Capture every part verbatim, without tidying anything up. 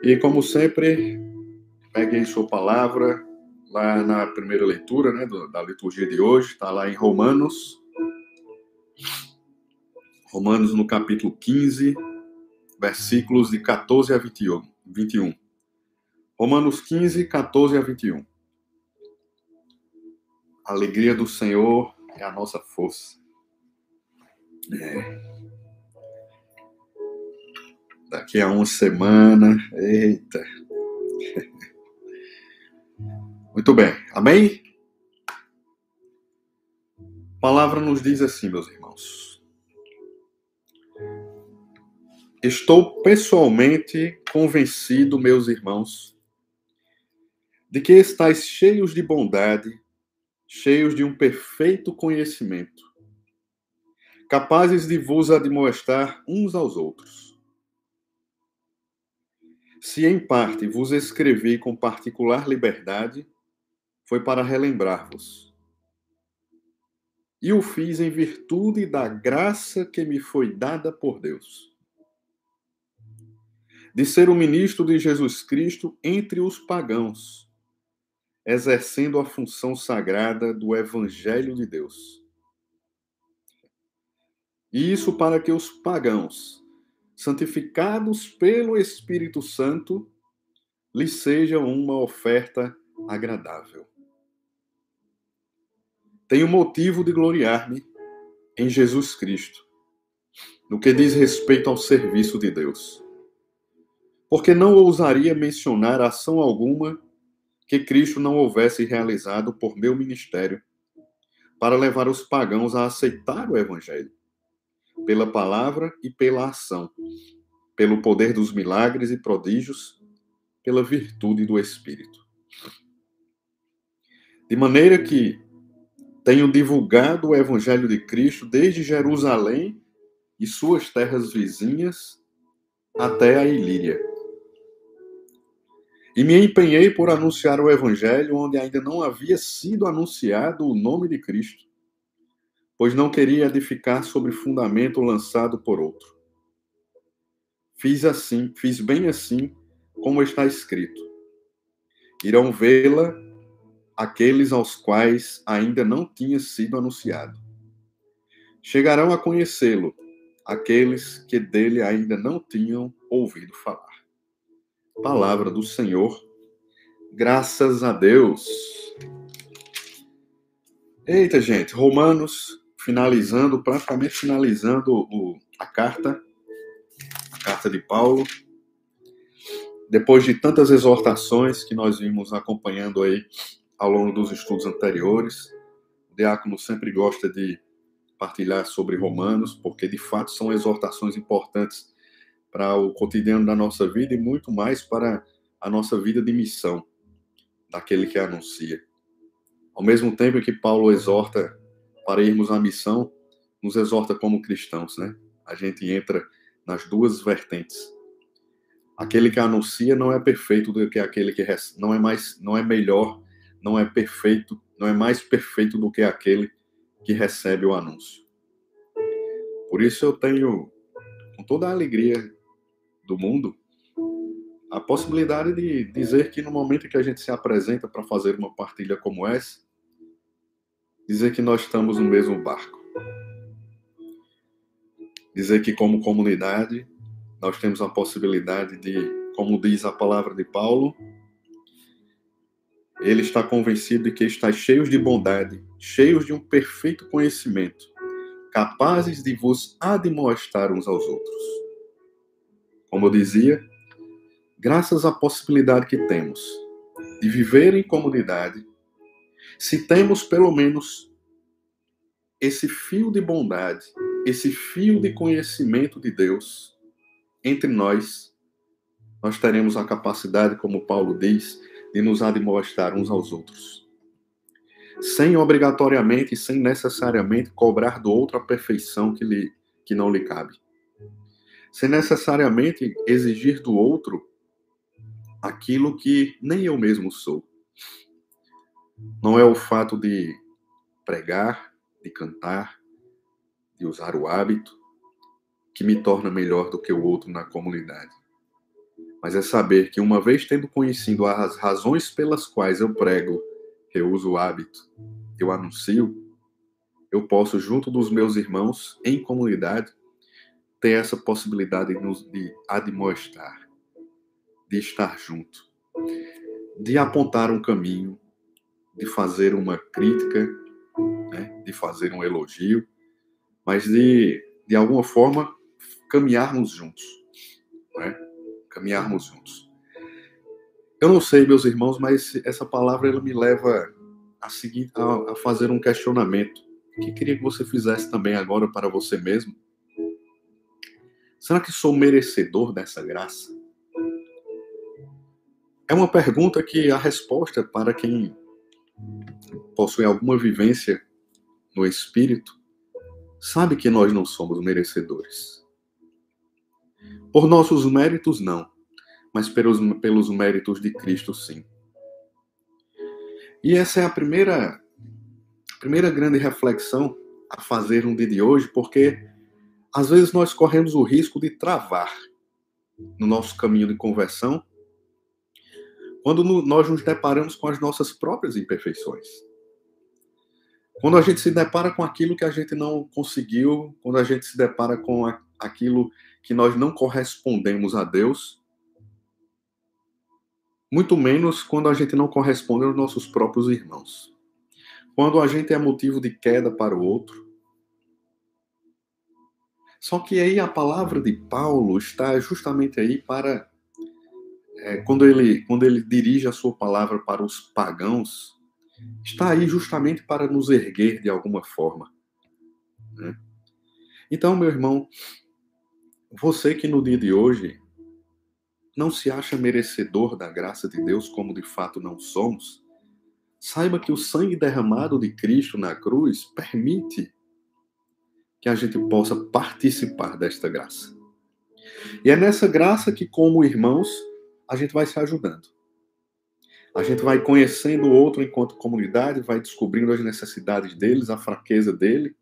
E como sempre, peguei sua palavra lá na primeira leitura, né, da liturgia de hoje, está lá em Romanos, Romanos no capítulo quinze, versículos de quatorze a vinte e um. Romanos quinze, quatorze a vinte e um. A alegria do Senhor é a nossa força. É. Daqui a uma semana, eita. Muito bem, amém? A palavra nos diz assim, meus irmãos. Estou pessoalmente convencido, meus irmãos, de que estáis cheios de bondade, cheios de um perfeito conhecimento, capazes de vos admoestar uns aos outros. Se em parte vos escrevi com particular liberdade, foi para relembrar-vos. E o fiz em virtude da graça que me foi dada por Deus, de ser o ministro de Jesus Cristo entre os pagãos, exercendo a função sagrada do Evangelho de Deus. E isso para que os pagãos, santificados pelo Espírito Santo, lhes seja uma oferta agradável. Tenho motivo de gloriar-me em Jesus Cristo, no que diz respeito ao serviço de Deus. Porque não ousaria mencionar ação alguma que Cristo não houvesse realizado por meu ministério, para levar os pagãos a aceitar o Evangelho, pela palavra e pela ação, pelo poder dos milagres e prodígios, pela virtude do Espírito. De maneira que tenho divulgado o Evangelho de Cristo desde Jerusalém e suas terras vizinhas até a Ilíria. E me empenhei por anunciar o Evangelho onde ainda não havia sido anunciado o nome de Cristo, pois não queria edificar sobre fundamento lançado por outro. Fiz assim, fiz bem assim, como está escrito. Irão vê-la aqueles aos quais ainda não tinha sido anunciado. Chegarão a conhecê-lo aqueles que dele ainda não tinham ouvido falar. Palavra do Senhor. Graças a Deus. Eita, gente, Romanos, finalizando, praticamente finalizando o, a carta, a carta de Paulo. Depois de tantas exortações que nós vimos acompanhando aí ao longo dos estudos anteriores, o diácono sempre gosta de partilhar sobre Romanos, porque de fato são exortações importantes para o cotidiano da nossa vida e muito mais para a nossa vida de missão, daquele que anuncia. Ao mesmo tempo que Paulo exorta para irmos à missão, nos exorta como cristãos, né? A gente entra nas duas vertentes. Aquele que anuncia não é perfeito do que aquele que recebe, não é mais, não é melhor, não é perfeito, não é mais perfeito do que aquele que recebe o anúncio. Por isso eu tenho, com toda a alegria do mundo, a possibilidade de dizer que no momento que a gente se apresenta para fazer uma partilha como essa, dizer que nós estamos no mesmo barco. Dizer que como comunidade, nós temos a possibilidade de, como diz a palavra de Paulo, ele está convencido de que estáis cheios de bondade, cheios de um perfeito conhecimento, capazes de vos admoestar uns aos outros. Como eu dizia, graças à possibilidade que temos de viver em comunidade, se temos pelo menos esse fio de bondade, esse fio de conhecimento de Deus entre nós, nós teremos a capacidade, como Paulo diz, de nos admoestar uns aos outros. Sem obrigatoriamente e sem necessariamente cobrar do outro a perfeição que, lhe, que não lhe cabe. Sem necessariamente exigir do outro aquilo que nem eu mesmo sou. Não é o fato de pregar, de cantar, de usar o hábito, que me torna melhor do que o outro na comunidade. mas é saber que uma vez tendo conhecido as razões pelas quais eu prego, eu uso o hábito, eu anuncio, eu posso, junto dos meus irmãos, em comunidade, ter essa possibilidade de admoestar, de estar junto, de apontar um caminho, de fazer uma crítica, né, de fazer um elogio, mas de, de alguma forma, caminharmos juntos, né? Caminharmos juntos. Eu não sei, meus irmãos, mas essa palavra ela me leva a, seguir, a, a fazer um questionamento que queria que você fizesse também agora para você mesmo. Será que sou merecedor dessa graça? É uma pergunta que a resposta para quem possui alguma vivência no espírito sabe que nós não somos merecedores. Por nossos méritos, não, mas pelos, pelos méritos de Cristo, sim. E essa é a primeira, a primeira grande reflexão a fazer no dia de hoje, porque às vezes nós corremos o risco de travar no nosso caminho de conversão quando nós nos deparamos com as nossas próprias imperfeições. Quando a gente se depara com aquilo que a gente não conseguiu, quando a gente se depara com a, aquilo que nós não correspondemos a Deus, muito menos quando a gente não corresponde aos nossos próprios irmãos. Quando a gente é motivo de queda para o outro. Só que aí a palavra de Paulo está justamente aí para... É, quando, ele, quando ele dirige a sua palavra para os pagãos, está aí justamente para nos erguer de alguma forma, né? Então, meu irmão, você que no dia de hoje não se acha merecedor da graça de Deus, como de fato não somos, saiba que o sangue derramado de Cristo na cruz permite que a gente possa participar desta graça. E é nessa graça que, como irmãos, a gente vai se ajudando. A gente vai conhecendo o outro enquanto comunidade, vai descobrindo as necessidades deles, a fraqueza dele.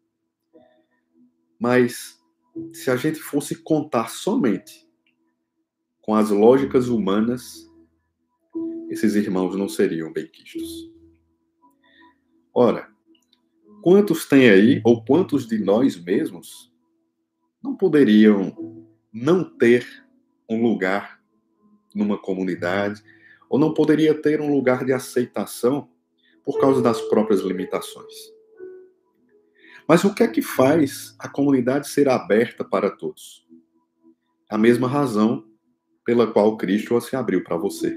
Mas se a gente fosse contar somente com as lógicas humanas, esses irmãos não seriam benquistos. Ora, quantos tem aí, ou quantos de nós mesmos, não poderiam não ter um lugar numa comunidade, ou não poderia ter um lugar de aceitação por causa das próprias limitações? Mas o que é que faz a comunidade ser aberta para todos? A mesma razão pela qual Cristo se abriu para você.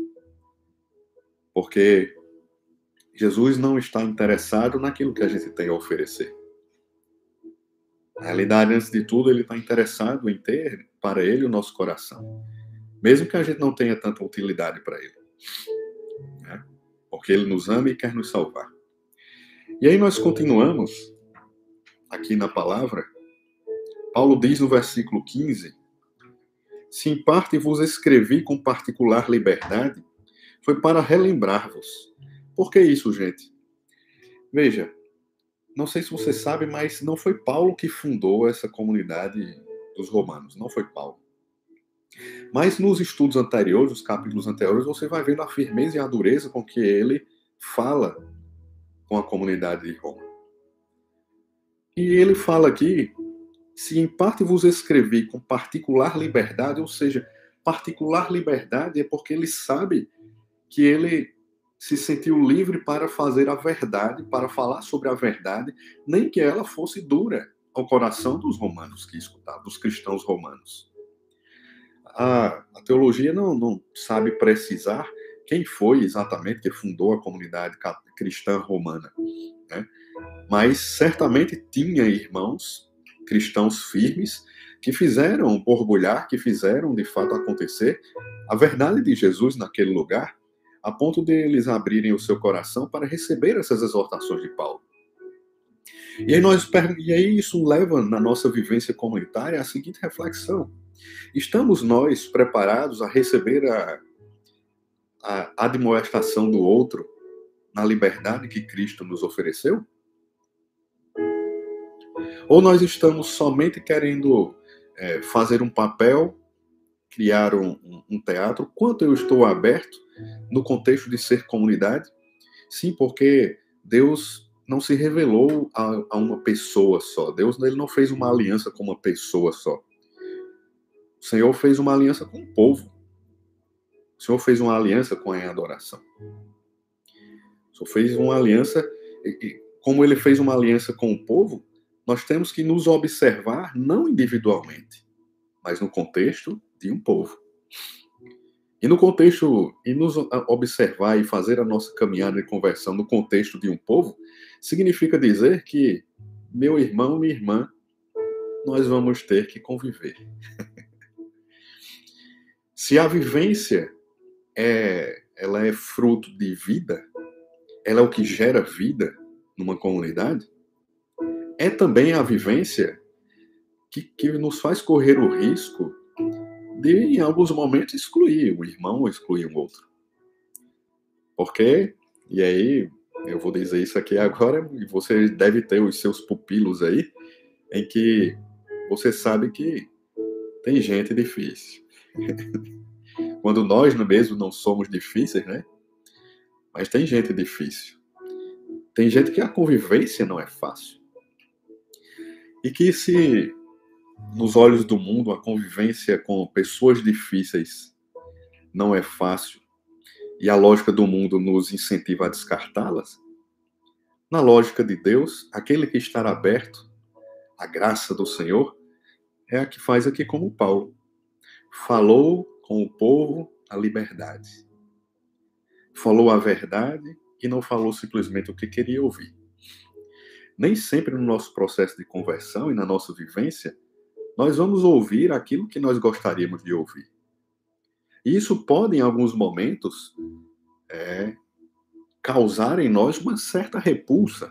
Porque Jesus não está interessado naquilo que a gente tem a oferecer. Na realidade, antes de tudo, ele está interessado em ter para ele o nosso coração. Mesmo que a gente não tenha tanta utilidade para ele. Né? Porque ele nos ama e quer nos salvar. E aí nós continuamos aqui na palavra. Paulo diz no versículo quinze: se em parte vos escrevi com particular liberdade, foi para relembrar-vos. Por que isso, gente? Veja, não sei se você sabe, mas não foi Paulo que fundou essa comunidade dos romanos. Não foi Paulo. Mas nos estudos anteriores, os capítulos anteriores, você vai vendo a firmeza e a dureza com que ele fala com a comunidade de Roma. E ele fala aqui: se em parte vos escrevi com particular liberdade, ou seja, particular liberdade é porque ele sabe que ele se sentiu livre para fazer a verdade, para falar sobre a verdade, nem que ela fosse dura ao coração dos romanos que escutavam, dos cristãos romanos. A, a teologia não, não sabe precisar quem foi exatamente que fundou a comunidade cristã romana, né? Mas certamente tinha irmãos cristãos firmes que fizeram borbulhar, que fizeram de fato acontecer a verdade de Jesus naquele lugar, a ponto de eles abrirem o seu coração para receber essas exortações de Paulo. E aí, nós, e aí isso leva na nossa vivência comunitária a seguinte reflexão: estamos nós preparados a receber a, a admoestação do outro na liberdade que Cristo nos ofereceu? Ou nós estamos somente querendo é, fazer um papel criar um, um, um teatro, quanto eu estou aberto no contexto de ser comunidade. Sim, porque Deus não se revelou a, a uma pessoa só. Deus ele não fez uma aliança com uma pessoa só. O Senhor fez uma aliança com o povo. O Senhor fez uma aliança com a adoração. O Senhor fez uma aliança, e como ele fez uma aliança com o povo, nós temos que nos observar não individualmente, mas no contexto de um povo. E no contexto, e nos observar e fazer a nossa caminhada de conversão no contexto de um povo, significa dizer que, meu irmão, minha irmã, nós vamos ter que conviver. Se a vivência é, ela é fruto de vida, ela é o que gera vida numa comunidade, é também a vivência que, que nos faz correr o risco de, em alguns momentos, excluir um irmão ou excluir um outro. Porque, e aí, eu vou dizer isso aqui agora, e você deve ter os seus pupilos aí, em que você sabe que tem gente difícil. Quando nós mesmo não somos difíceis, né? Mas tem gente difícil. Tem gente que a convivência não é fácil. E que se, nos olhos do mundo, a convivência com pessoas difíceis não é fácil, e a lógica do mundo nos incentiva a descartá-las, na lógica de Deus, aquele que está aberto à graça do Senhor é a que faz aqui como Paulo. Falou com o povo a liberdade. Falou a verdade e não falou simplesmente o que queria ouvir. Nem sempre no nosso processo de conversão e na nossa vivência, nós vamos ouvir aquilo que nós gostaríamos de ouvir. E isso pode, em alguns momentos, é, causar em nós uma certa repulsa.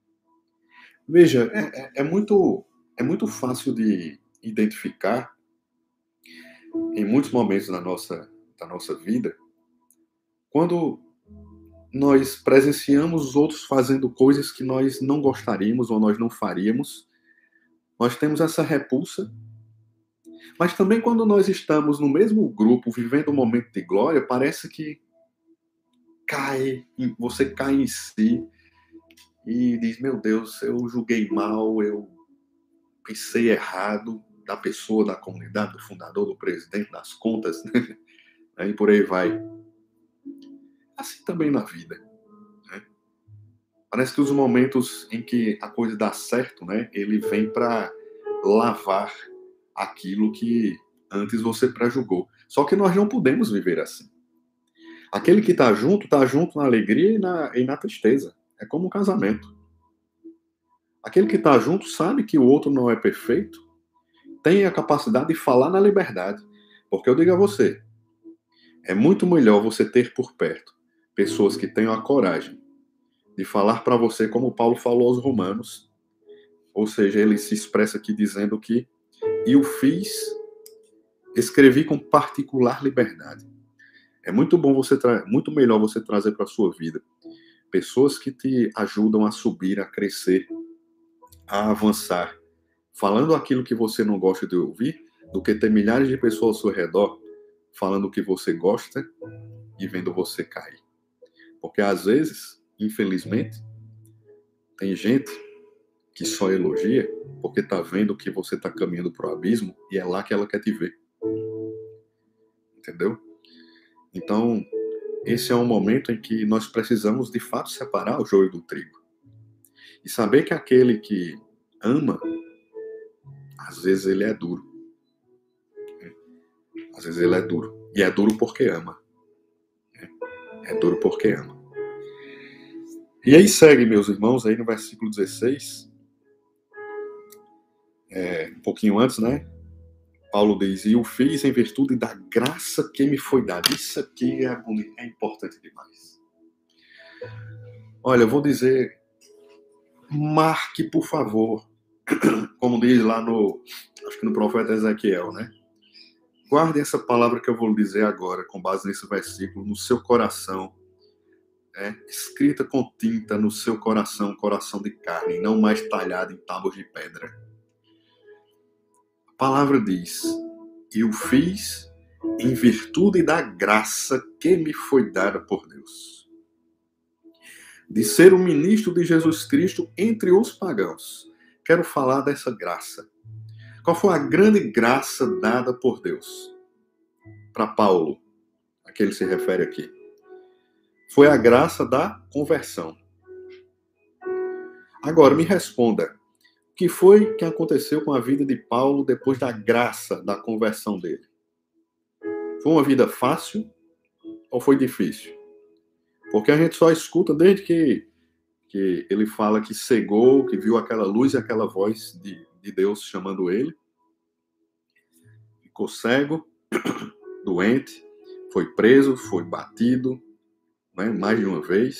Veja, é, é, é, muito, é muito fácil de identificar, em muitos momentos da nossa, da nossa vida, quando nós presenciamos os outros fazendo coisas que nós não gostaríamos ou nós não faríamos, nós temos essa repulsa. Mas também quando nós estamos no mesmo grupo, vivendo um momento de glória, parece que cai, você cai em si e diz, meu Deus, eu julguei mal, eu pensei errado da pessoa, da comunidade, do fundador, do presidente, das contas, né? E por aí vai. Assim também na vida. Né? Parece que os momentos em que a coisa dá certo, né, ele vem para lavar aquilo que antes você prejulgou. Só que nós não podemos viver assim. Aquele que está junto, está junto na alegria e na, e na tristeza. É como um casamento. Aquele que está junto sabe que o outro não é perfeito, tem a capacidade de falar na liberdade. Porque eu digo a você, é muito melhor você ter por perto pessoas que tenham a coragem de falar para você como Paulo falou aos Romanos. Ou seja, ele se expressa aqui dizendo que e o fiz, escrevi com particular liberdade. É muito bom você tra- muito melhor você trazer para a sua vida pessoas que te ajudam a subir, a crescer, a avançar, falando aquilo que você não gosta de ouvir, do que ter milhares de pessoas ao seu redor falando o que você gosta e vendo você cair. Porque às vezes, infelizmente, tem gente que só elogia porque está vendo que você está caminhando para o abismo e é lá que ela quer te ver. Entendeu? Então, esse é um momento em que nós precisamos, de fato, separar o joio do trigo. E saber que aquele que ama, às vezes ele é duro. Às vezes ele é duro. E é duro porque ama. É duro porque ama. E aí segue, meus irmãos, aí no versículo dezesseis, é, um pouquinho antes, né? Paulo diz, e o fiz em virtude da graça que me foi dada. Isso aqui é, é importante demais. Olha, eu vou dizer, marque, por favor, como diz lá no, acho que no profeta Ezequiel, né? Guarde essa palavra que eu vou lhe dizer agora, com base nesse versículo, no seu coração, né? Escrita com tinta no seu coração, coração de carne, não mais talhada em tábuas de pedra. A palavra diz, e o fiz em virtude da graça que me foi dada por Deus, de ser o ministro de Jesus Cristo entre os pagãos. Quero falar dessa graça. Qual foi a grande graça dada por Deus para Paulo, a que ele se refere aqui? Foi a graça da conversão. Agora, me responda, o que foi que aconteceu com a vida de Paulo depois da graça da conversão dele? Foi uma vida fácil ou foi difícil? Porque a gente só escuta desde que, que ele fala que cegou, que viu aquela luz e aquela voz de, de Deus chamando ele. Ficou cego, doente, foi preso, foi batido, né, mais de uma vez.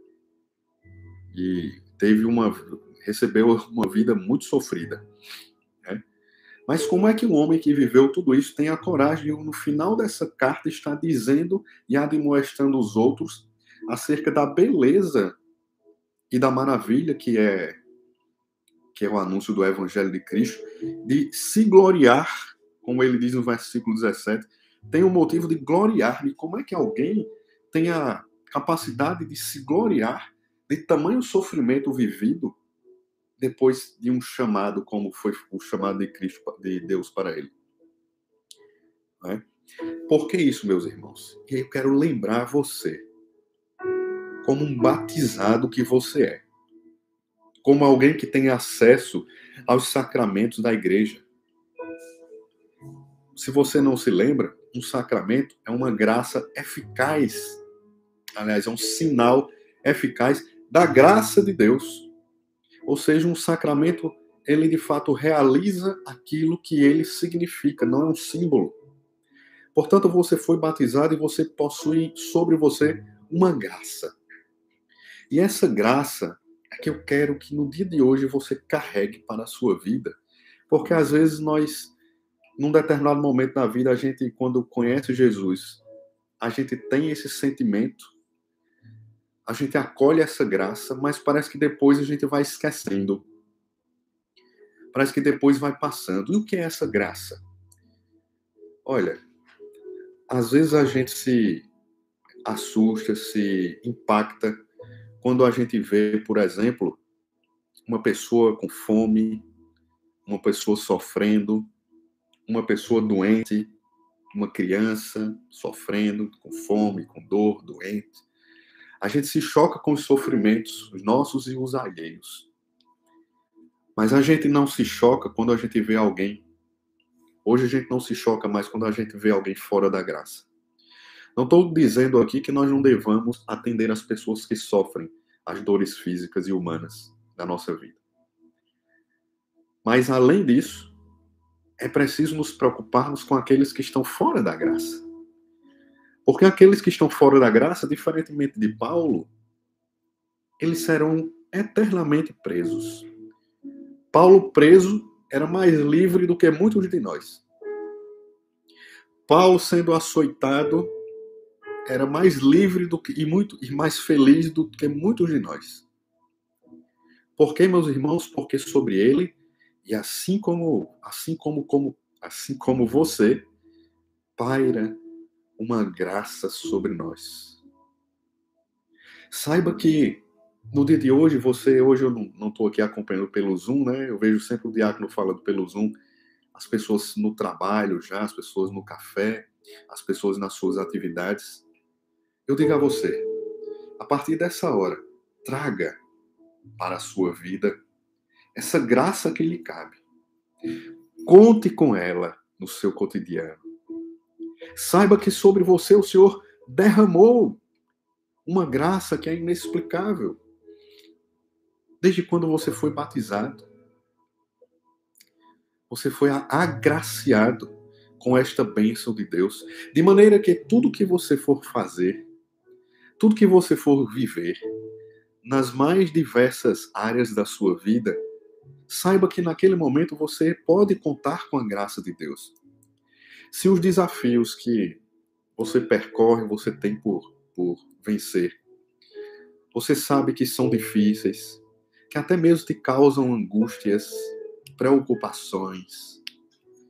E teve uma, recebeu uma vida muito sofrida. Né? Mas como é que um homem que viveu tudo isso tem a coragem de, no final dessa carta, estar dizendo e admoestando os outros acerca da beleza e da maravilha que é, que é o anúncio do Evangelho de Cristo, de se gloriar, como ele diz no versículo dezessete, tem um motivo de gloriar-me. Como é que alguém tem a capacidade de se gloriar de tamanho sofrimento vivido depois de um chamado como foi o chamado de Cristo, de Deus para ele? Não é? Por que isso, meus irmãos? E eu quero lembrar você, como um batizado que você é, como alguém que tem acesso aos sacramentos da igreja. Se você não se lembra, um sacramento é uma graça eficaz, aliás, é um sinal eficaz da graça de Deus. Ou seja, um sacramento, ele de fato realiza aquilo que ele significa, não é um símbolo. Portanto, você foi batizado e você possui sobre você uma graça. E essa graça é que eu quero que no dia de hoje você carregue para a sua vida. Porque às vezes nós, num determinado momento da vida, a gente, quando conhece Jesus, a gente tem esse sentimento, a gente acolhe essa graça, mas parece que depois a gente vai esquecendo. Parece que depois vai passando. E o que é essa graça? Olha, às vezes a gente se assusta, se impacta quando a gente vê, por exemplo, uma pessoa com fome, uma pessoa sofrendo, uma pessoa doente, uma criança sofrendo com fome, com dor, doente. A gente se choca com os sofrimentos, os nossos e os alheios. Mas a gente não se choca quando a gente vê alguém. Hoje a gente não se choca mais quando a gente vê alguém fora da graça. Não estou dizendo aqui que nós não devamos atender as pessoas que sofrem as dores físicas e humanas da nossa vida. Mas, além disso, é preciso nos preocuparmos com aqueles que estão fora da graça. Porque aqueles que estão fora da graça, diferentemente de Paulo, eles serão eternamente presos. Paulo preso era mais livre do que muitos de nós. Paulo sendo açoitado era mais livre do que, e, muito, e mais feliz do que muitos de nós. Por quê, meus irmãos? Porque sobre ele, e assim como, assim como, como, assim como você, paira uma graça sobre nós. Saiba que no dia de hoje, você, hoje eu não estou aqui acompanhando pelo Zoom, né? Eu vejo sempre o diácono falando pelo Zoom, as pessoas no trabalho já, as pessoas no café, as pessoas nas suas atividades. Eu digo a você, a partir dessa hora, traga para a sua vida essa graça que lhe cabe. Conte com ela no seu cotidiano. Saiba que sobre você o Senhor derramou uma graça que é inexplicável. Desde quando você foi batizado, você foi agraciado com esta bênção de Deus, de maneira que tudo que você for fazer, tudo que você for viver, nas mais diversas áreas da sua vida, saiba que naquele momento você pode contar com a graça de Deus. Se os desafios que você percorre, você tem por, por vencer, você sabe que são difíceis, que até mesmo te causam angústias, preocupações,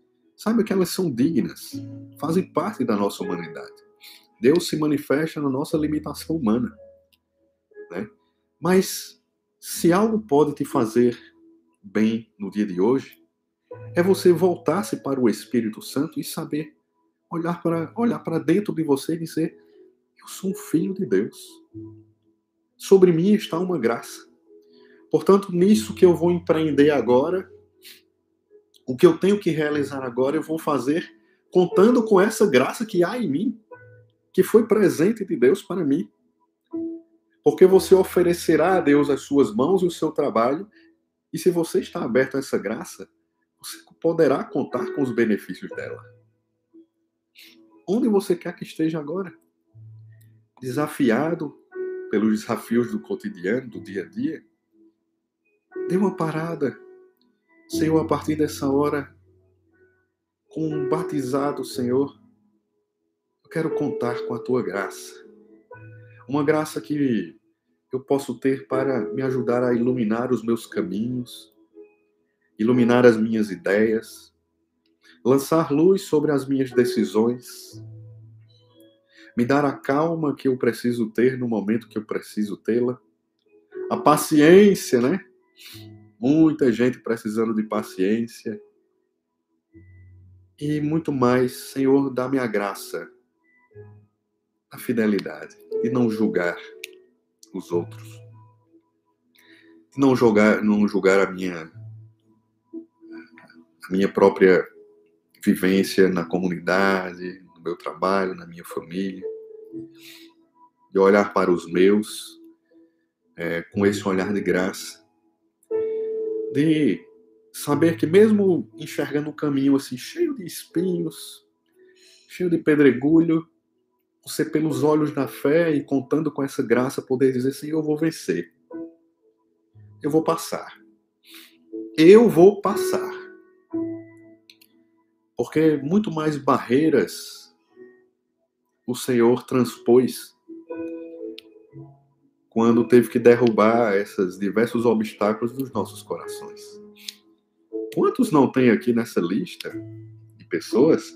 Saiba que elas são dignas, fazem parte da nossa humanidade. Deus se manifesta na nossa limitação humana, né? Mas se algo pode te fazer bem no dia de hoje, é você voltar-se para o Espírito Santo e saber olhar para, olhar para dentro de você e dizer: eu sou um filho de Deus. Sobre mim está uma graça. Portanto, nisso que eu vou empreender agora, o que eu tenho que realizar agora, eu vou fazer contando com essa graça que há em mim, que foi presente de Deus para mim. Porque você oferecerá a Deus as suas mãos e o seu trabalho, e se você está aberto a essa graça, você poderá contar com os benefícios dela. Onde você quer que esteja agora? Desafiado pelos desafios do cotidiano, do dia a dia? Dê uma parada. Senhor, a partir dessa hora, com um batizado, Senhor, eu quero contar com a Tua graça. Uma graça que eu posso ter para me ajudar a iluminar os meus caminhos, iluminar as minhas ideias, lançar luz sobre as minhas decisões, me dar a calma que eu preciso ter no momento que eu preciso tê-la, a paciência, né? Muita gente precisando de paciência. E muito mais, Senhor, dá-me a graça, a fidelidade, de não julgar os outros. De não julgar, não julgar a minha, a minha própria vivência na comunidade, no meu trabalho, na minha família. De olhar para os meus é, com esse olhar de graça. De saber que mesmo enxergando um caminho assim, cheio de espinhos, cheio de pedregulho, você pelos olhos da fé e contando com essa graça poder dizer: Senhor, eu vou vencer. Eu vou passar. Eu vou passar. Porque muito mais barreiras o Senhor transpôs quando teve que derrubar esses diversos obstáculos dos nossos corações. Quantos não tem aqui nessa lista de pessoas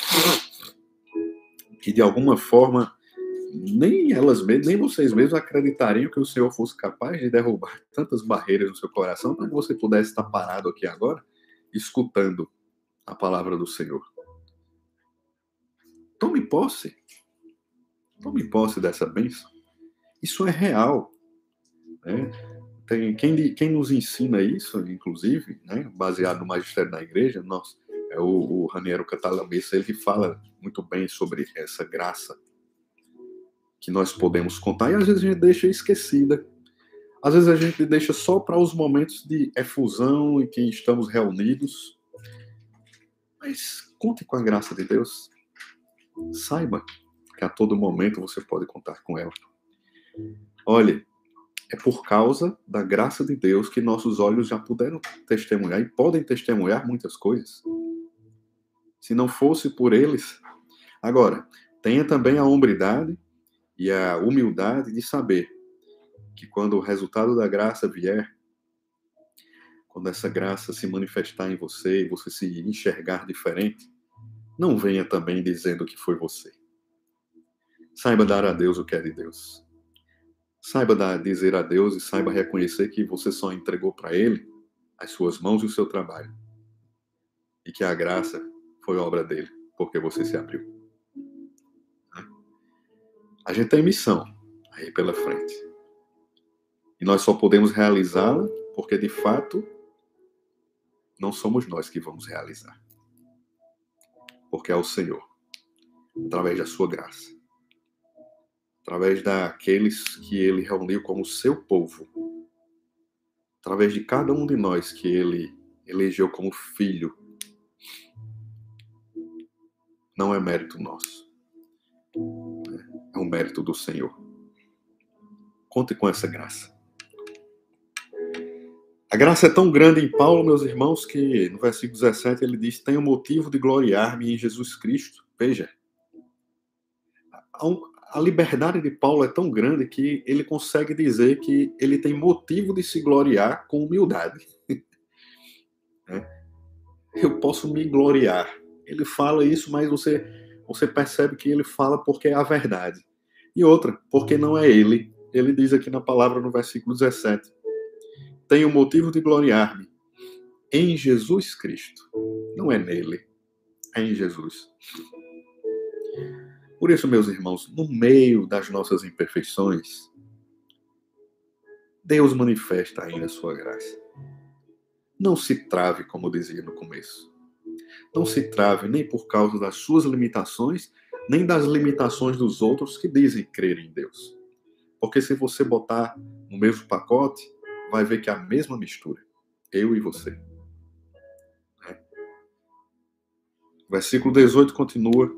que de alguma forma nem elas mesmas, nem vocês mesmos acreditariam que o Senhor fosse capaz de derrubar tantas barreiras no seu coração para que você pudesse estar parado aqui agora, escutando a palavra do Senhor? Tome posse. Tome posse dessa bênção. Isso é real, né? Tem, quem, quem nos ensina isso, inclusive, né, baseado no magistério da igreja, nós, é o, o Raniero Cantalabessa, ele fala muito bem sobre essa graça que nós podemos contar, e às vezes a gente deixa esquecida. Às vezes a gente deixa só para os momentos de efusão em que estamos reunidos. Mas conte com a graça de Deus. Saiba que a todo momento você pode contar com ela. Olhe, é por causa da graça de Deus que nossos olhos já puderam testemunhar e podem testemunhar muitas coisas. Se não fosse por eles. Agora, tenha também a hombridade e a humildade de saber que quando o resultado da graça vier, quando essa graça se manifestar em você e você se enxergar diferente, não venha também dizendo que foi você. Saiba dar a Deus o que é de Deus. Saiba dar, dizer a Deus e saiba reconhecer que você só entregou para Ele as suas mãos e o seu trabalho. E que a graça foi obra dele, porque você se abriu. A gente tem missão aí pela frente. E nós só podemos realizá-la porque, de fato, não somos nós que vamos realizar. Porque é o Senhor, através da sua graça. Através daqueles que Ele reuniu como seu povo. Através de cada um de nós que Ele elegeu como filho. Não é mérito nosso. É um mérito do Senhor. Conte com essa graça. A graça é tão grande em Paulo, meus irmãos, que no versículo dezessete ele diz: tenho motivo de gloriar-me em Jesus Cristo. Veja, a liberdade de Paulo é tão grande que ele consegue dizer que ele tem motivo de se gloriar com humildade. Eu posso me gloriar Ele fala isso, mas você, você percebe que ele fala porque é a verdade. E outra, porque não é ele. Ele diz aqui na palavra no versículo dezessete: tenho motivo de gloriar-me em Jesus Cristo. Não é nele, é em Jesus. Por isso, meus irmãos, no meio das nossas imperfeições, Deus manifesta ainda a sua graça. Não se trave, como eu dizia no começo. Não se trave nem por causa das suas limitações, nem das limitações dos outros que dizem crer em Deus. Porque se você botar no mesmo pacote, vai ver que é a mesma mistura. Eu e você. Né? Versículo dezoito continua: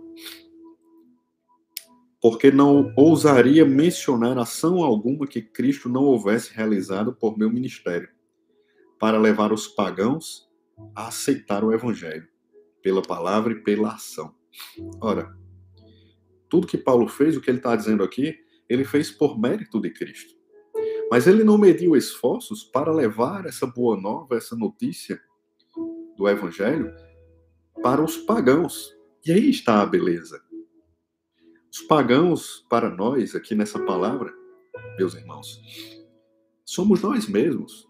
porque não ousaria mencionar ação alguma que Cristo não houvesse realizado por meu ministério, para levar os pagãos a aceitar o Evangelho, pela palavra e pela ação. Ora, tudo que Paulo fez, o que ele está dizendo aqui, ele fez por mérito de Cristo. Mas ele não mediu esforços para levar essa boa nova, essa notícia do Evangelho, para os pagãos. E aí está a beleza. Os pagãos, para nós, aqui nessa palavra, meus irmãos, somos nós mesmos.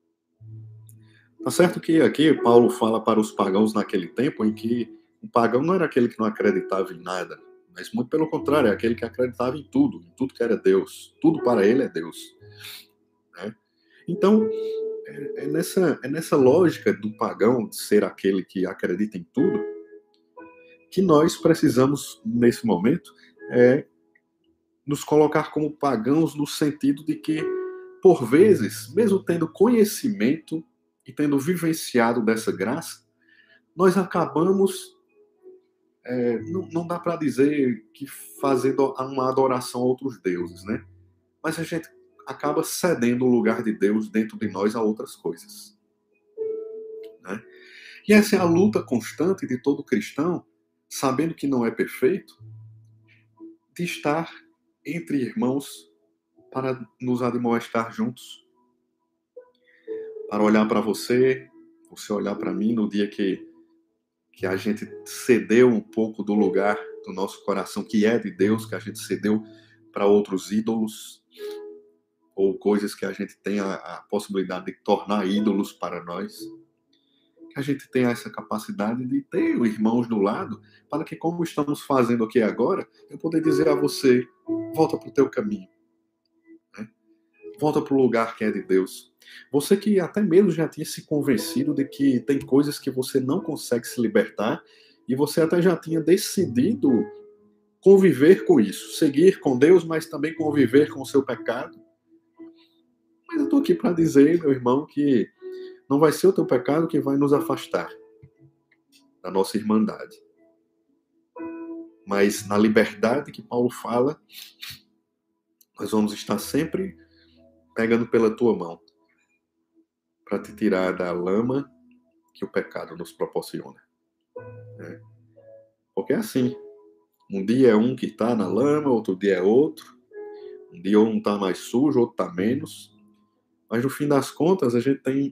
Tá certo que aqui Paulo fala para os pagãos naquele tempo em que o pagão não era aquele que não acreditava em nada, mas muito pelo contrário, é aquele que acreditava em tudo, em tudo que era Deus. Tudo para ele é Deus. Né? Então, é nessa, é nessa lógica do pagão de ser aquele que acredita em tudo, que nós precisamos, nesse momento, é, nos colocar como pagãos no sentido de que, por vezes, mesmo tendo conhecimento e tendo vivenciado dessa graça, nós acabamos, é, não, não dá para dizer que fazendo uma adoração a outros deuses, né? Mas a gente acaba cedendo o lugar de Deus dentro de nós a outras coisas. Né? E essa é a luta constante de todo cristão, sabendo que não é perfeito, de estar entre irmãos para nos admoestar juntos. Para olhar para você, você olhar para mim no dia que, que a gente cedeu um pouco do lugar do nosso coração, que é de Deus, que a gente cedeu para outros ídolos, ou coisas que a gente tem a, a possibilidade de tornar ídolos para nós. Que a gente tenha essa capacidade de ter irmãos do lado, para que, como estamos fazendo aqui agora, eu poder dizer a você: volta para o teu caminho. Né? Volta para o lugar que é de Deus. Você que até mesmo já tinha se convencido de que tem coisas que você não consegue se libertar, e você até já tinha decidido conviver com isso, seguir com Deus, mas também conviver com o seu pecado. Mas eu estou aqui para dizer, meu irmão, que não vai ser o teu pecado que vai nos afastar da nossa irmandade. Mas na liberdade que Paulo fala, nós vamos estar sempre pegando pela tua mão para te tirar da lama que o pecado nos proporciona. Né? Porque é assim. Um dia é um que está na lama, outro dia é outro. Um dia um está mais sujo, outro está menos. Mas no fim das contas, a gente tem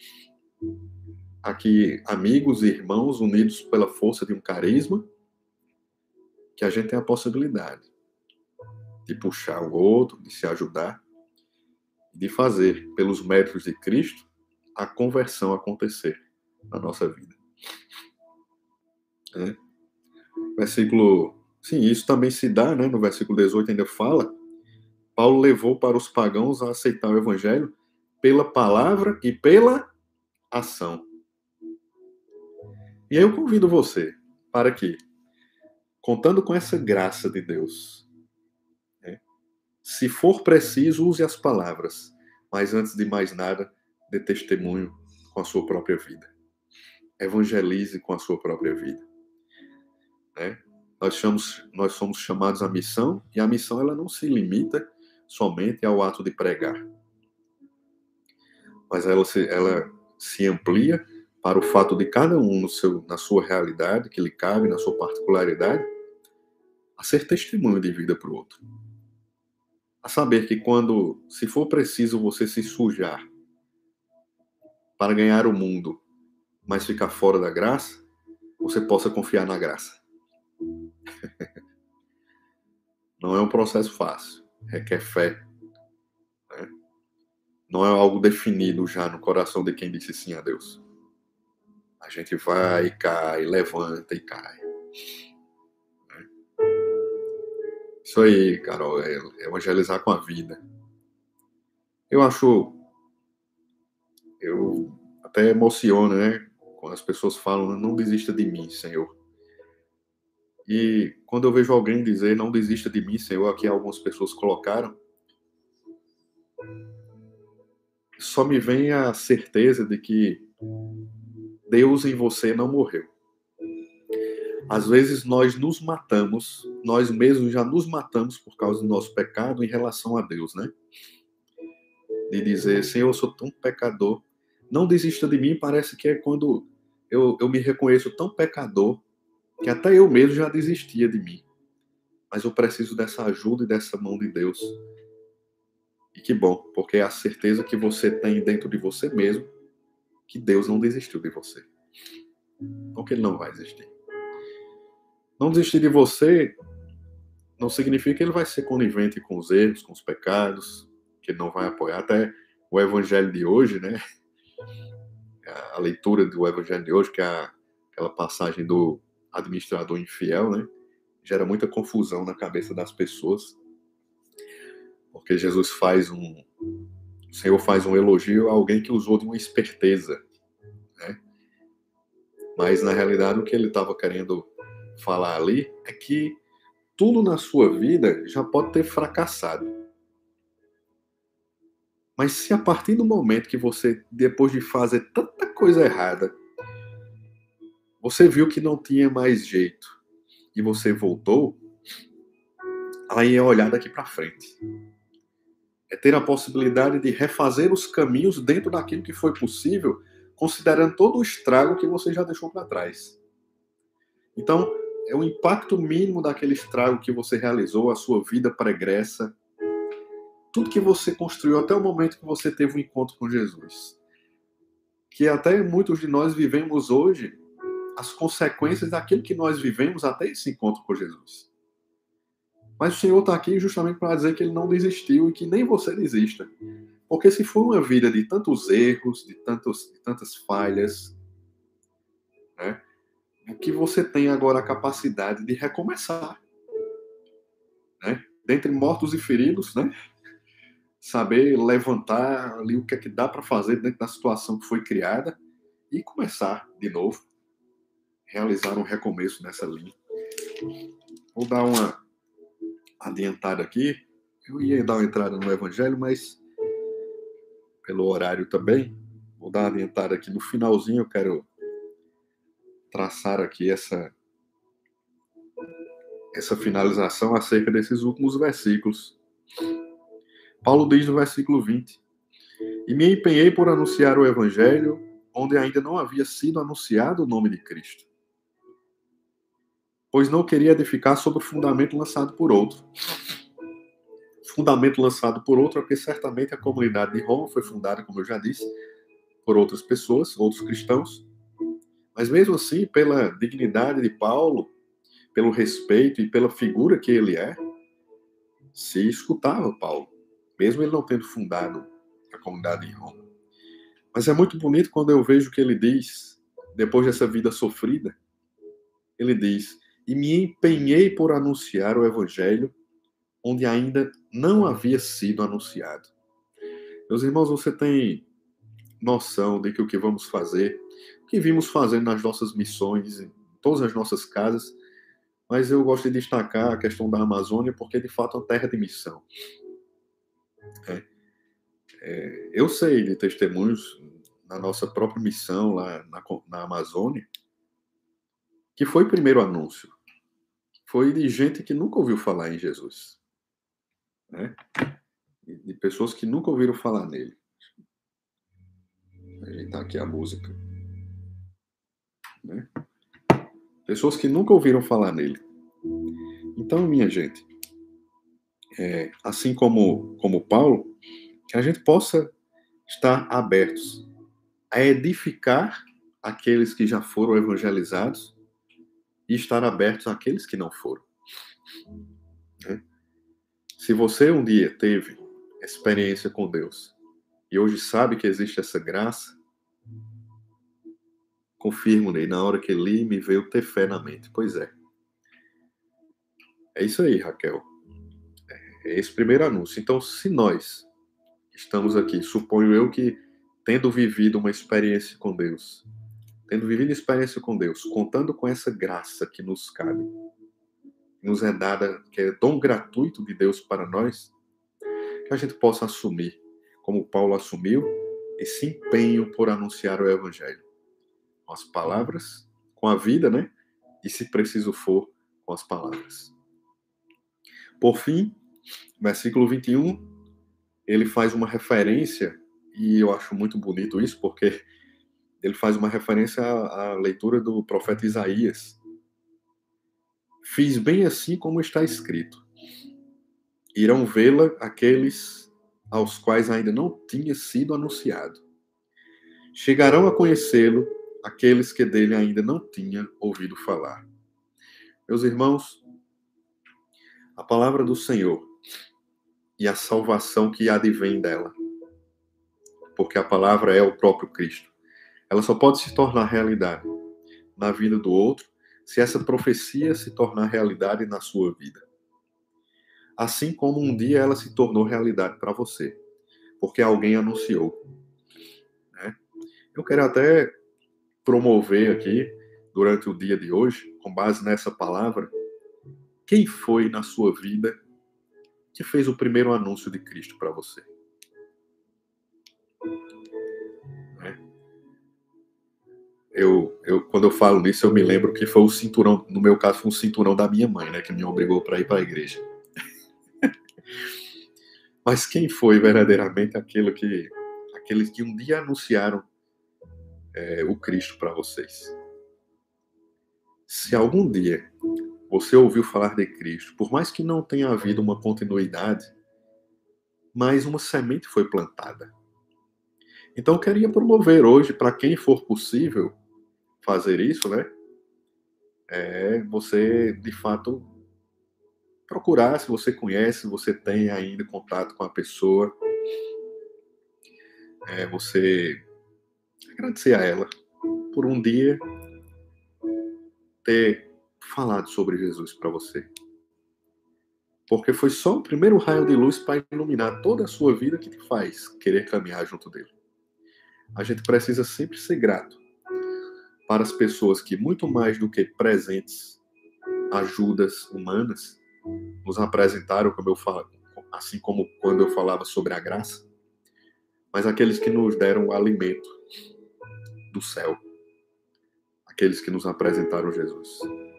aqui amigos e irmãos unidos pela força de um carisma, que a gente tem a possibilidade de puxar o outro, de se ajudar, de fazer, pelos méritos de Cristo, a conversão acontecer na nossa vida. É. Versículo... Sim, isso também se dá, né? No versículo dezoito ainda fala, Paulo levou para os pagãos a aceitar o evangelho pela palavra e pela ação. E aí eu convido você para que, contando com essa graça de Deus, né, se for preciso, use as palavras, mas antes de mais nada, dê testemunho com a sua própria vida. Evangelize com a sua própria vida. Né? Nós somos, nós somos chamados à missão, e a missão ela não se limita somente ao ato de pregar. Mas ela se, ela se amplia para o fato de cada um, no seu, na sua realidade, que lhe cabe, na sua particularidade, a ser testemunho de vida para o outro. A saber que quando, se for preciso você se sujar para ganhar o mundo, mas ficar fora da graça, você possa confiar na graça. Não é um processo fácil, requer fé. Né? Não é algo definido já no coração de quem disse sim a Deus. A gente vai e cai, levanta e cai. Né? Isso aí, Carol, é evangelizar com a vida. Eu acho, eu até emociono, né? Quando as pessoas falam, não desista de mim, Senhor. E quando eu vejo alguém dizer, não desista de mim, Senhor, aqui algumas pessoas colocaram, só me vem a certeza de que Deus em você não morreu. Às vezes nós nos matamos, nós mesmos já nos matamos por causa do nosso pecado em relação a Deus, né? De dizer, Senhor, eu sou tão pecador, não desista de mim, parece que é quando eu, eu me reconheço tão pecador, que até eu mesmo já desistia de mim. Mas eu preciso dessa ajuda e dessa mão de Deus. E que bom, porque é a certeza que você tem dentro de você mesmo que Deus não desistiu de você. Porque Ele não vai desistir. Não desistir de você não significa que Ele vai ser conivente com os erros, com os pecados, que Ele não vai apoiar. Até o Evangelho de hoje, né? A leitura do Evangelho de hoje, que é aquela passagem do administrador infiel, né? Gera muita confusão na cabeça das pessoas. Porque Jesus faz um... O Senhor faz um elogio a alguém que usou de uma esperteza, né? Mas, na realidade, o que ele estava querendo falar ali é que tudo na sua vida já pode ter fracassado. Mas se a partir do momento que você, depois de fazer tanta coisa errada, você viu que não tinha mais jeito e você voltou, aí é olhar daqui para frente. É ter a possibilidade de refazer os caminhos dentro daquilo que foi possível, considerando todo o estrago que você já deixou para trás. Então, é o impacto mínimo daquele estrago que você realizou, a sua vida pregressa, tudo que você construiu até o momento que você teve um encontro com Jesus. Que até muitos de nós vivemos hoje as consequências daquilo que nós vivemos até esse encontro com Jesus. Mas o Senhor está aqui justamente para dizer que Ele não desistiu e que nem você desista. Porque se for uma vida de tantos erros, de, tantos, de tantas falhas, né, que você tem agora a capacidade de recomeçar. Né? Dentre mortos e feridos, né? Saber levantar ali o que é que dá para fazer dentro da situação que foi criada e começar de novo. Realizar um recomeço nessa linha. Vou dar uma adiantada aqui. Eu ia dar uma entrada no Evangelho, mas pelo horário também, vou dar uma adiantada aqui no finalzinho. Eu quero traçar aqui essa, essa finalização acerca desses últimos versículos. Paulo diz no versículo vinte: E me empenhei por anunciar o Evangelho, onde ainda não havia sido anunciado o nome de Cristo, pois não queria edificar sobre o fundamento lançado por outro. Fundamento lançado por outro, porque certamente a comunidade de Roma foi fundada, como eu já disse, por outras pessoas, outros cristãos. Mas mesmo assim, pela dignidade de Paulo, pelo respeito e pela figura que ele é, se escutava Paulo, mesmo ele não tendo fundado a comunidade em Roma. Mas é muito bonito quando eu vejo que ele diz, depois dessa vida sofrida, ele diz: E me empenhei por anunciar o Evangelho onde ainda não havia sido anunciado. Meus irmãos, você tem noção de que o que vamos fazer, o que vimos fazendo nas nossas missões, em todas as nossas casas, mas eu gosto de destacar a questão da Amazônia, porque de fato é uma terra de missão. É. É, eu sei de testemunhos na nossa própria missão lá na, na Amazônia, que foi o primeiro anúncio. Foi de gente que nunca ouviu falar em Jesus. Né? De pessoas que nunca ouviram falar nele. Ajeitar aqui a música. Né? Pessoas que nunca ouviram falar nele. Então, minha gente, é, assim como, como Paulo, que a gente possa estar abertos a edificar aqueles que já foram evangelizados e estar abertos àqueles que não foram. Né? Se você um dia teve experiência com Deus e hoje sabe que existe essa graça, confirmo-lhe, na hora que li, me veio ter fé na mente. Pois é. É isso aí, Raquel. É esse primeiro anúncio. Então, se nós estamos aqui, suponho eu que, tendo vivido uma experiência com Deus, tendo vivido experiência com Deus, contando com essa graça que nos cabe, que nos é dada, que é dom gratuito de Deus para nós, que a gente possa assumir, como Paulo assumiu, esse empenho por anunciar o Evangelho. Com as palavras, com a vida, né? E, se preciso for, com as palavras. Por fim, versículo vinte e um, ele faz uma referência, e eu acho muito bonito isso, porque ele faz uma referência à, à leitura do profeta Isaías. Fiz bem assim como está escrito. Irão vê-la aqueles aos quais ainda não tinha sido anunciado. Chegarão a conhecê-lo aqueles que dele ainda não tinham ouvido falar. Meus irmãos, a palavra do Senhor e a salvação que advém dela, porque a palavra é o próprio Cristo, ela só pode se tornar realidade na vida do outro se essa profecia se tornar realidade na sua vida. Assim como um dia ela se tornou realidade para você, porque alguém anunciou. Né? Eu quero até promover aqui, durante o dia de hoje, com base nessa palavra, quem foi na sua vida que fez o primeiro anúncio de Cristo para você? Né? Eu, eu, quando eu falo nisso, eu me lembro que foi o cinturão, no meu caso, foi um cinturão da minha mãe, né, que me obrigou para ir para a igreja. Mas quem foi verdadeiramente aquele que, aqueles que um dia anunciaram é, o Cristo para vocês? Se algum dia você ouviu falar de Cristo, por mais que não tenha havido uma continuidade, mas uma semente foi plantada. Então eu queria promover hoje, para quem for possível fazer isso, né? É você, de fato, procurar, se você conhece, se você tem ainda contato com a pessoa, é você agradecer a ela por um dia ter falado sobre Jesus para você. Porque foi só o primeiro raio de luz para iluminar toda a sua vida que te faz querer caminhar junto dele. A gente precisa sempre ser grato para as pessoas que, muito mais do que presentes, ajudas humanas, nos apresentaram, como eu falo, assim como quando eu falava sobre a graça, mas aqueles que nos deram o alimento do céu, aqueles que nos apresentaram Jesus.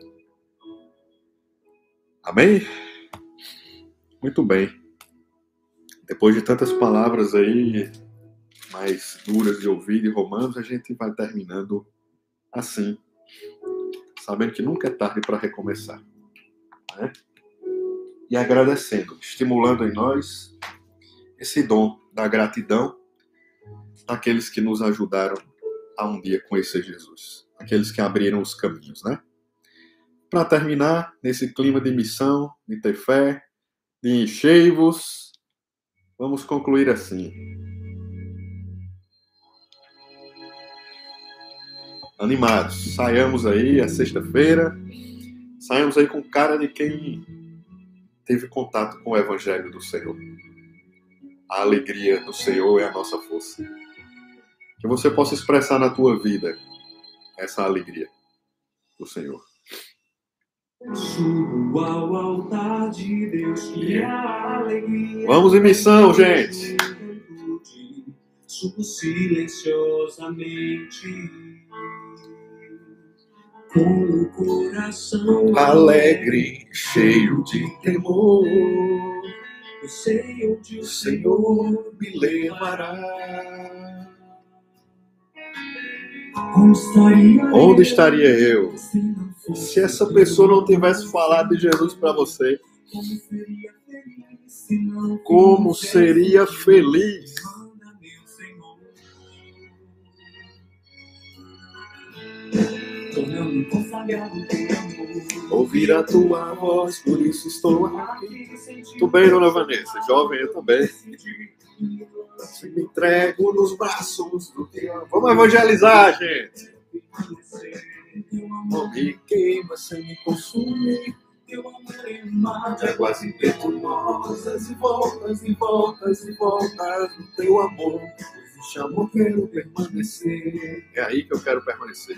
Amém? Muito bem. Depois de tantas palavras aí, mais duras de ouvir de Romanos, a gente vai terminando assim, sabendo que nunca é tarde para recomeçar. Né? E agradecendo, estimulando em nós esse dom da gratidão daqueles que nos ajudaram a um dia conhecer Jesus, aqueles que abriram os caminhos, né? Para terminar, nesse clima de missão, de ter fé, de enchei-vos, vamos concluir assim. Animados, saiamos aí, é sexta-feira, saiamos aí com cara de quem teve contato com o Evangelho do Senhor. A alegria do Senhor é a nossa força. Que você possa expressar na tua vida essa alegria do Senhor. Subo ao altar de Deus que é a alegria. Vamos em missão, gente! Subo silenciosamente com o coração alegre, cheio de temor. Eu sei onde O Senhor me levará. Onde estaria, Onde estaria eu se não fosse se essa pessoa não tivesse falado de Jesus para você? Como seria feliz se não Como seria feliz? Manda, meu Senhor. Toma me consagrar no teu amor. Ouvir a tua voz, por isso estou aqui. Tudo bem, dona Vanessa? Jovem, eu também. Se me entrego nos braços do teu amor. Vamos evangelizar, gente. Não me queima sem me consumir. Teu amor é mar de águas impetuosas e voltas e voltas e voltas do teu amor. Existe amor, quero permanecer. É aí que eu quero permanecer.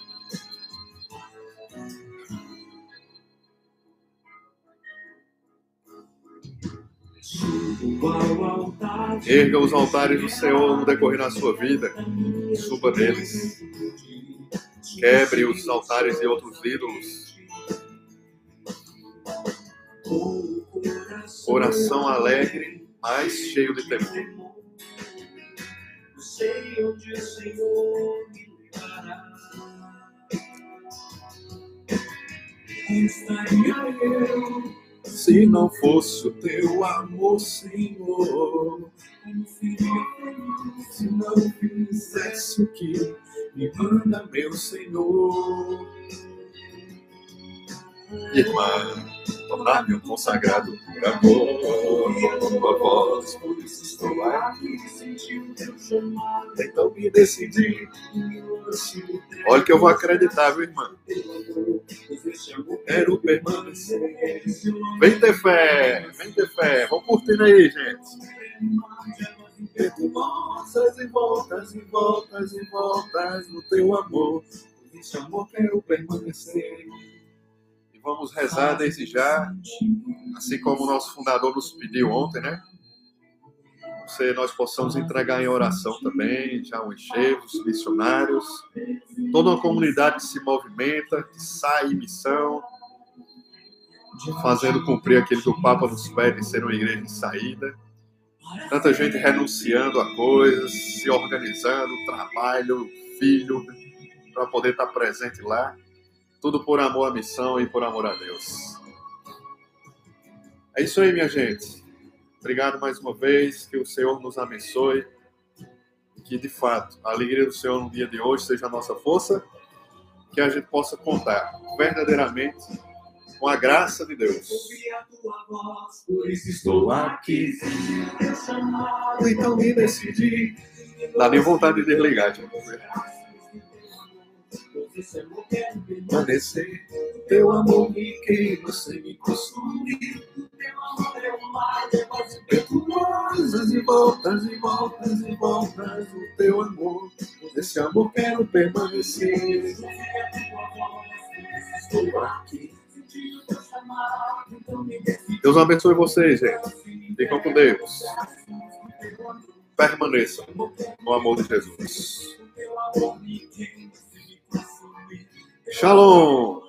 Erga os altares do Senhor no decorrer da sua vida. Suba neles. Quebre os altares de outros ídolos. Coração alegre, mas cheio de temor. Sei onde o Senhor me levará. Como estaria eu se não fosse o teu amor, Senhor? Como seria feliz se não fizesse o que me manda, meu Senhor? Irmã, tornar-me um consagrado por amor, tua voz, por isso estou aqui, senti o teu chamado. Então me decidi. Olha que eu vou acreditar, viu, irmã? Quero permanecer. Vem ter fé, vem ter fé. Vamos curtindo aí, gente. Voltas e voltas e voltas e voltas no teu amor. Por esse amor quero permanecer. Vamos rezar desde já, assim como o nosso fundador nos pediu ontem, né? Se nós possamos entregar em oração também, já os enxergos, os missionários, toda uma comunidade que se movimenta, que sai em missão, fazendo cumprir aquilo que o Papa nos pede de ser uma igreja de saída. Tanta gente renunciando a coisas, se organizando, trabalho, filho, para poder estar presente lá. Tudo por amor à missão e por amor a Deus. É isso aí, minha gente. Obrigado mais uma vez. Que o Senhor nos abençoe. Que, de fato, a alegria do Senhor no dia de hoje seja a nossa força. Que a gente possa contar verdadeiramente com a graça de Deus. Por isso estou aqui. Então me decidi. Dá nem vontade de desligar, gente. Permanecer, teu amor me queima sem me consumir. Teu amor é o mar de águas impetuosas e voltas e voltas e voltas do teu amor. Nesse amor quero permanecer. Estou aqui. Deus abençoe vocês, gente. Fiquem com Deus. Permaneçam no amor de Jesus. Shalom!